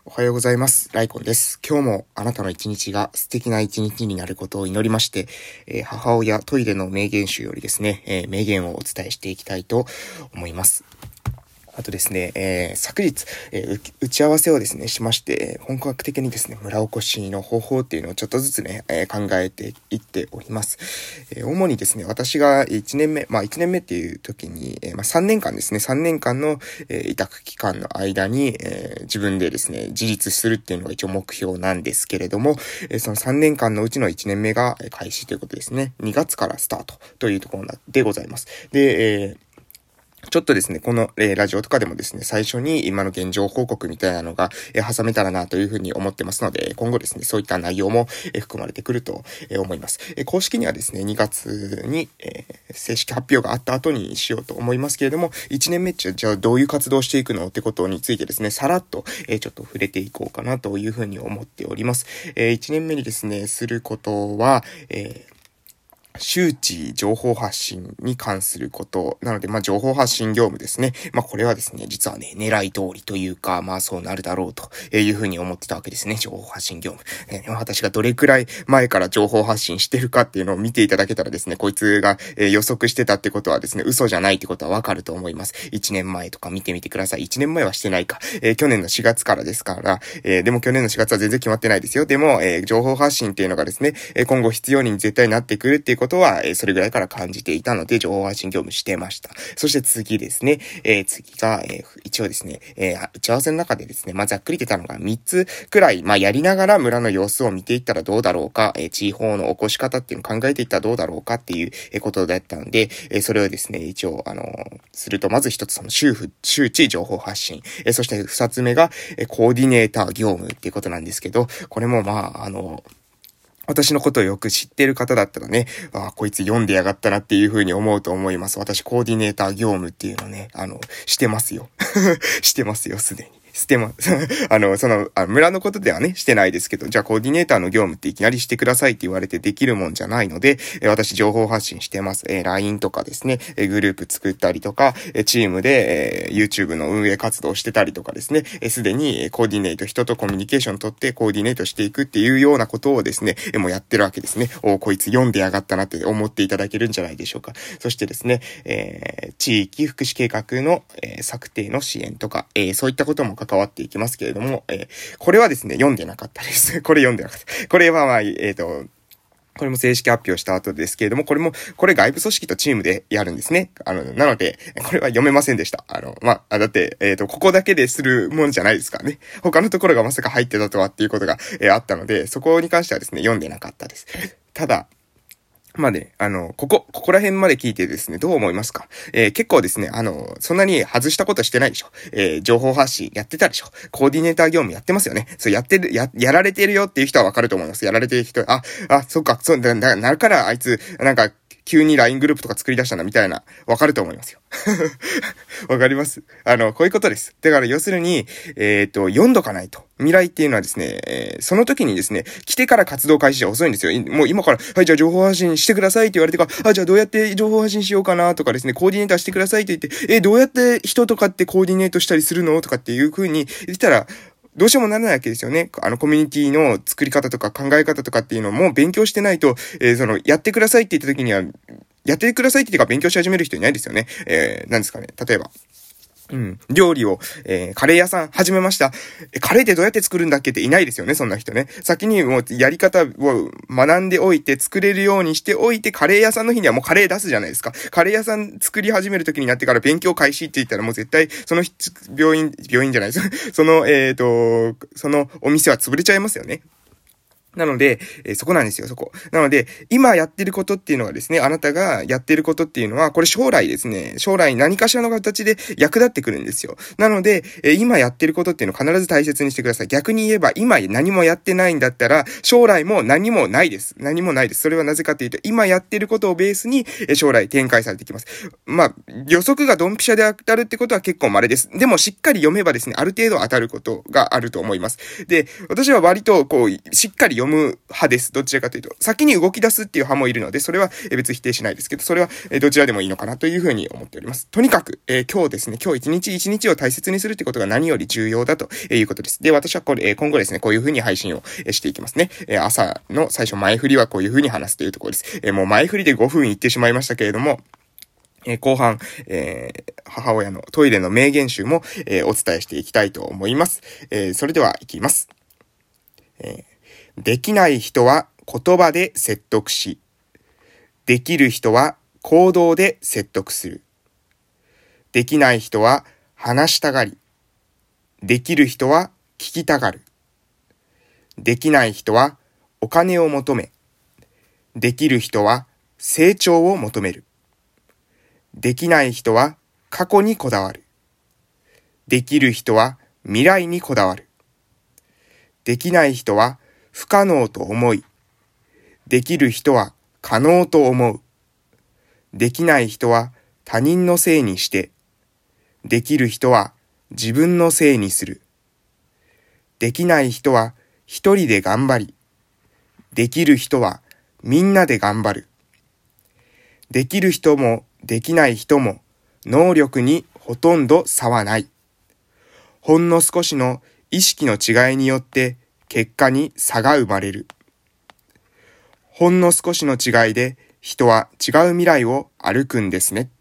おはようございます。ライコンです。今日もあなたの一日が素敵な一日になることを祈りまして、母親トイレの名言集よりですね、名言をお伝えしていきたいと思います。あとですね、昨日、打ち合わせをですね、しまして、本格的にですね、村おこしの方法っていうのをちょっとずつね、考えていっております。主にですね、私が1年目っていう時に、3年間ですね、3年間の、委託期間の間に、自分でですね、自立するっていうのが一応目標なんですけれども、その3年間のうちの1年目が開始ということですね。2月からスタートというところでございます。で、ちょっとですね、この、ラジオとかでもですね、最初に今の現状報告みたいなのが、挟めたらなというふうに思ってますので、今後ですね、そういった内容も、含まれてくると、思います。公式にはですね、2月に、正式発表があった後にしようと思いますけれども、1年目じゃあどういう活動をしていくのってことについてですね、さらっと、ちょっと触れていこうかなというふうに思っております。1年目にですね、することは、周知情報発信に関することなので、情報発信業務ですね。これはですね、実はね、狙い通りというか、そうなるだろうというふうに思ってたわけですね。情報発信業務。私がどれくらい前から情報発信してるかっていうのを見ていただけたらですね、こいつが予測してたってことはですね、嘘じゃないってことはわかると思います。1年前とか見てみてください。1年前はしてないか。去年の4月からですから、でも去年の4月は全然決まってないですよ。でも、情報発信っていうのがですね、今後必要に絶対なってくるっていうことは、それぐらいから感じていたので、情報発信業務してました。そして次ですね、次が、一応ですね、打ち合わせの中でですね、ざっくり出たのが3つくらい、やりながら村の様子を見ていったらどうだろうか、地方の起こし方っていうのを考えていったらどうだろうかっていうことだったので、それをですね、一応、すると、まず一つその周知情報発信、そして二つ目が、コーディネーター業務っていうことなんですけど、これも私のことをよく知っている方だったらね、こいつ読んでやがったなっていう風に思うと思います。私コーディネーター業務っていうのね、してますよ。してますよ、すでに。村のことではね、してないですけど、じゃあコーディネーターの業務っていきなりしてくださいって言われてできるもんじゃないので、私情報発信してます。LINE とかですね、グループ作ったりとか、チームで、YouTube の運営活動してたりとかですね、すでにコーディネート、人とコミュニケーション取ってコーディネートしていくっていうようなことをですね、もうやってるわけですね。こいつ読んでやがったなって思っていただけるんじゃないでしょうか。そしてですね、地域福祉計画の、策定の支援とか、そういったことも関わっていきますけれども、これはですね、読んでなかったです。これ読んでなかった。これはこれも正式発表した後ですけれども、これ外部組織とチームでやるんですね。なので、これは読めませんでした。だって、ここだけでするもんじゃないですからね。他のところがまさか入ってたとはっていうことが、あったので、そこに関してはですね、読んでなかったです。ただ、ここら辺まで聞いてですね、どう思いますか？結構ですね、そんなに外したことしてないでしょ。情報発信やってたでしょ。コーディネーター業務やってますよね。そうやられてるよっていう人はわかると思います。やられてる人、そっか、なるからあいつ、急に LINE グループとか作り出したなみたいな、わかると思いますよ。わかります。こういうことです。だから要するに、読んどかないと。未来っていうのはですね、その時にですね、来てから活動開始じゃ遅いんですよ。もう今から、はい、じゃあ情報発信してくださいって言われてから、じゃあどうやって情報発信しようかなとかですね、コーディネーターしてくださいって言って、どうやって人とかってコーディネートしたりするのとかっていう風に言ったら、どうしようもならないわけですよね。コミュニティの作り方とか考え方とかっていうのも勉強してないと、やってくださいって言った時には、やってくださいって言ってから勉強し始める人いないですよね。なんですかね。例えば。料理を、カレー屋さん始めました。カレーってどうやって作るんだっけっていないですよね、そんな人ね。先にもうやり方を学んでおいて作れるようにしておいて、カレー屋さんの日にはもうカレー出すじゃないですか。カレー屋さん作り始める時になってから勉強開始って言ったらもう絶対その病院じゃないです。そのお店は潰れちゃいますよね。なので、そこなんですよ、そこ。なので、今やってることっていうのはですね、あなたがやってることっていうのは、これ将来ですね、将来何かしらの形で役立ってくるんですよ。なので、今やってることっていうのを必ず大切にしてください。逆に言えば、今何もやってないんだったら、将来も何もないです。何もないです。それはなぜかというと、今やってることをベースに、将来展開されてきます。予測がドンピシャで当たるってことは結構稀です。でも、しっかり読めばですね、ある程度当たることがあると思います。で、私は割と、しっかり読む派です。どちらかというと。先に動き出すっていう派もいるので、それは別に否定しないですけど、それはどちらでもいいのかなというふうに思っております。とにかく、今日ですね、今日一日一日を大切にするってことが何より重要だということです。で、私はこれ、今後ですね、こういうふうに配信をしていきますね。朝の最初前振りはこういうふうに話すというところです。もう前振りで5分言ってしまいましたけれども、後半、母親のトイレの名言集も、お伝えしていきたいと思います。それでは行きます。できない人は言葉で説得し、できる人は行動で説得する。できない人は話したがり、できる人は聞きたがる。できない人はお金を求め、できる人は成長を求める。できない人は過去にこだわる。できる人は未来にこだわる。できない人は不可能と思い、できる人は可能と思う。できない人は他人のせいにして、できる人は自分のせいにする。できない人は一人で頑張り、できる人はみんなで頑張る。できる人もできない人も能力にほとんど差はない。ほんの少しの意識の違いによって結果に差が生まれる。ほんの少しの違いで人は違う未来を歩くんですね。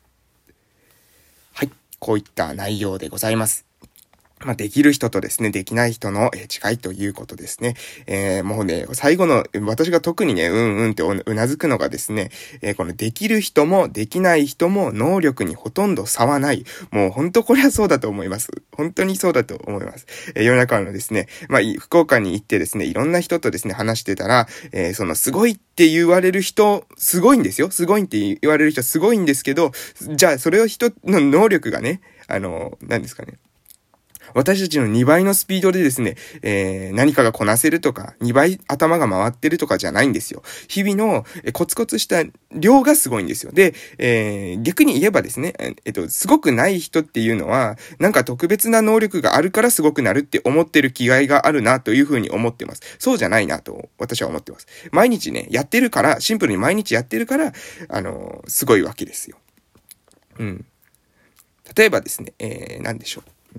はい、こういった内容でございます。できる人とですね、できない人の違いということですね。もうね、最後の、私が特にね、ってうなずくのがですね、このできる人もできない人も能力にほとんど差はない。もう本当これはそうだと思います。本当にそうだと思います。世の中のですね、福岡に行ってですね、いろんな人とですね、話してたら、そのすごいって言われる人、すごいんですよ。すごいって言われる人すごいんですけど、じゃあそれを人の能力がね、何ですかね。私たちの2倍のスピードでですね、何かがこなせるとか、2倍頭が回ってるとかじゃないんですよ。日々のコツコツした量がすごいんですよ。で、逆に言えばですね、すごくない人っていうのは、なんか特別な能力があるからすごくなるって思ってる気概があるなというふうに思ってます。そうじゃないなと私は思ってます。毎日ね、やってるから、シンプルに毎日やってるから、すごいわけですよ。うん。例えばですね、何でしょう。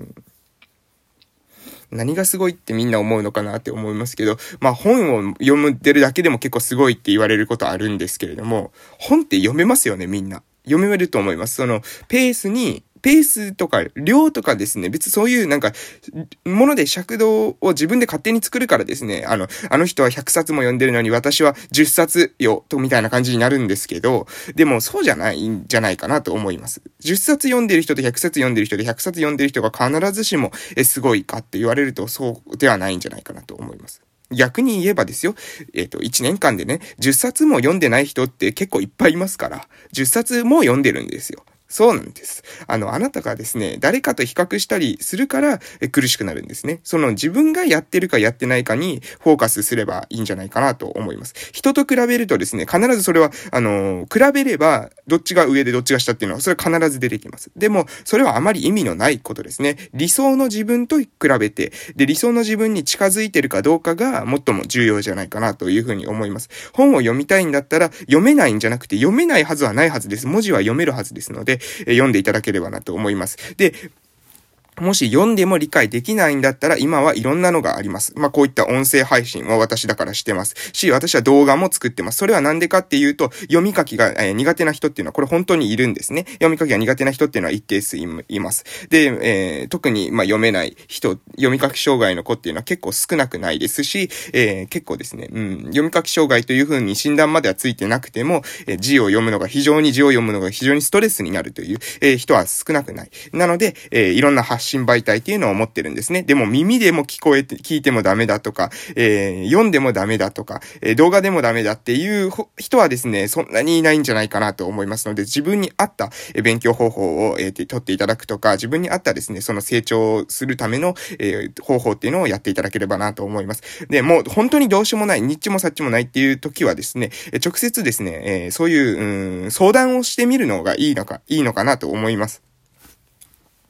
何がすごいってみんな思うのかなって思いますけど、本を読んでるだけでも結構すごいって言われることあるんですけれども、本って読めますよね、みんな。読めると思います。その、ペースとか量とかですね、別にそういうなんか、もので尺度を自分で勝手に作るからですね、あの人は100冊も読んでるのに私は10冊よ、みたいな感じになるんですけど、でもそうじゃないんじゃないかなと思います。10冊読んでる人と100冊読んでる人で100冊読んでる人が必ずしもすごいかって言われるとそうではないんじゃないかなと思います。逆に言えばですよ、1年間でね、10冊も読んでない人って結構いっぱいいますから、10冊も読んでるんですよ。そうなんです。あなたがですね、誰かと比較したりするから苦しくなるんですね。その自分がやってるかやってないかにフォーカスすればいいんじゃないかなと思います。人と比べるとですね、必ずそれは、比べればどっちが上でどっちが下っていうのは、それは必ず出てきます。でも、それはあまり意味のないことですね。理想の自分と比べて、で、理想の自分に近づいてるかどうかが最も重要じゃないかなというふうに思います。本を読みたいんだったら、読めないんじゃなくて、読めないはずはないはずです。文字は読めるはずですので、読んでいただければなと思います。で、もし読んでも理解できないんだったら今はいろんなのがあります。こういった音声配信を私だからしてますし、私は動画も作ってます。それはなんでかっていうと、読み書きが、苦手な人っていうのはこれ本当にいるんですね。読み書きが苦手な人っていうのは一定数います。で、特に読めない人、読み書き障害の子っていうのは結構少なくないですし、結構ですね、読み書き障害という風に診断まではついてなくても、字を読むのが非常にストレスになるという、人は少なくない。なので、いろんな発信媒体っていうのを持ってるんですね。でも耳でも聞いてもダメだとか、読んでもダメだとか、動画でもダメだっていう人はですね、そんなにいないんじゃないかなと思いますので、自分に合った勉強方法を、取っていただくとか、自分に合ったですね、その成長するための、方法っていうのをやっていただければなと思います。で、もう本当にどうしようもない、ニッチもサッチもないっていう時はですね、直接ですね、そういう、相談をしてみるのがいいのかなと思います。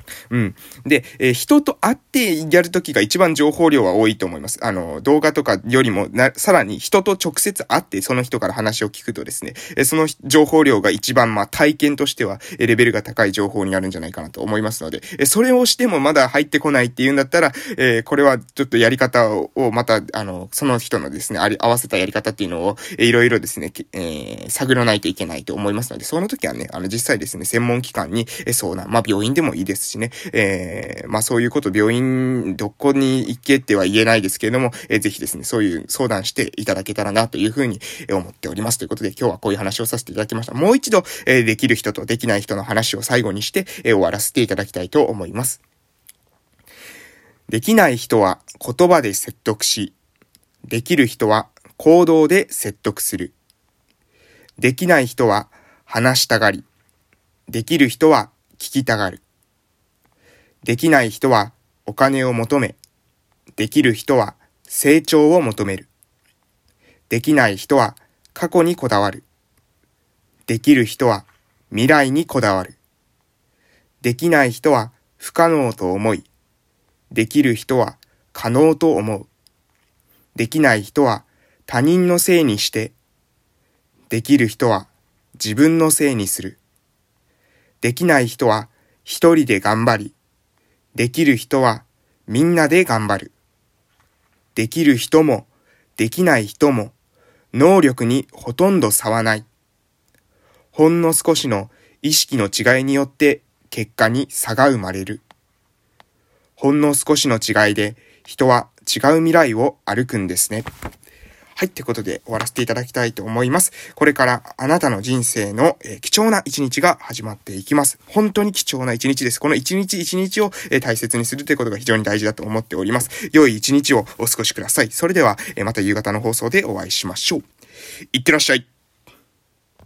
うん。で、人と会ってやるときが一番情報量は多いと思います。動画とかよりもさらに人と直接会ってその人から話を聞くとですね、その情報量が一番体験としては、レベルが高い情報になるんじゃないかなと思いますので、それをしてもまだ入ってこないっていうんだったら、これはちょっとやり方をまた、その人のですね、合わせたやり方っていうのを、いろいろですね、探らないといけないと思いますので、その時はね、実際ですね、専門機関に相談、病院でもいいですしね、そういうこと病院どこに行けっては言えないですけれども、ぜひですね、そういう相談していただけたらなというふうに思っております。ということで今日はこういう話をさせていただきました。もう一度、できる人とできない人の話を最後にして、終わらせていただきたいと思います。できない人は言葉で説得し、できる人は行動で説得する。できない人は話したがり、できる人は聞きたがる。できない人はお金を求め、できる人は成長を求める。できない人は過去にこだわる。できる人は未来にこだわる。できない人は不可能と思い、できる人は可能と思う。できない人は他人のせいにして、できる人は自分のせいにする。できない人は一人で頑張り、できる人はみんなで頑張る。できる人もできない人も能力にほとんど差はない。ほんの少しの意識の違いによって結果に差が生まれる。ほんの少しの違いで人は違う未来を歩くんですね。はい、ということで終わらせていただきたいと思います。これからあなたの人生の、貴重な一日が始まっていきます。本当に貴重な一日です。この一日一日を、大切にするということが非常に大事だと思っております。良い一日をお過ごしください。それでは、また夕方の放送でお会いしましょう。いってらっしゃい。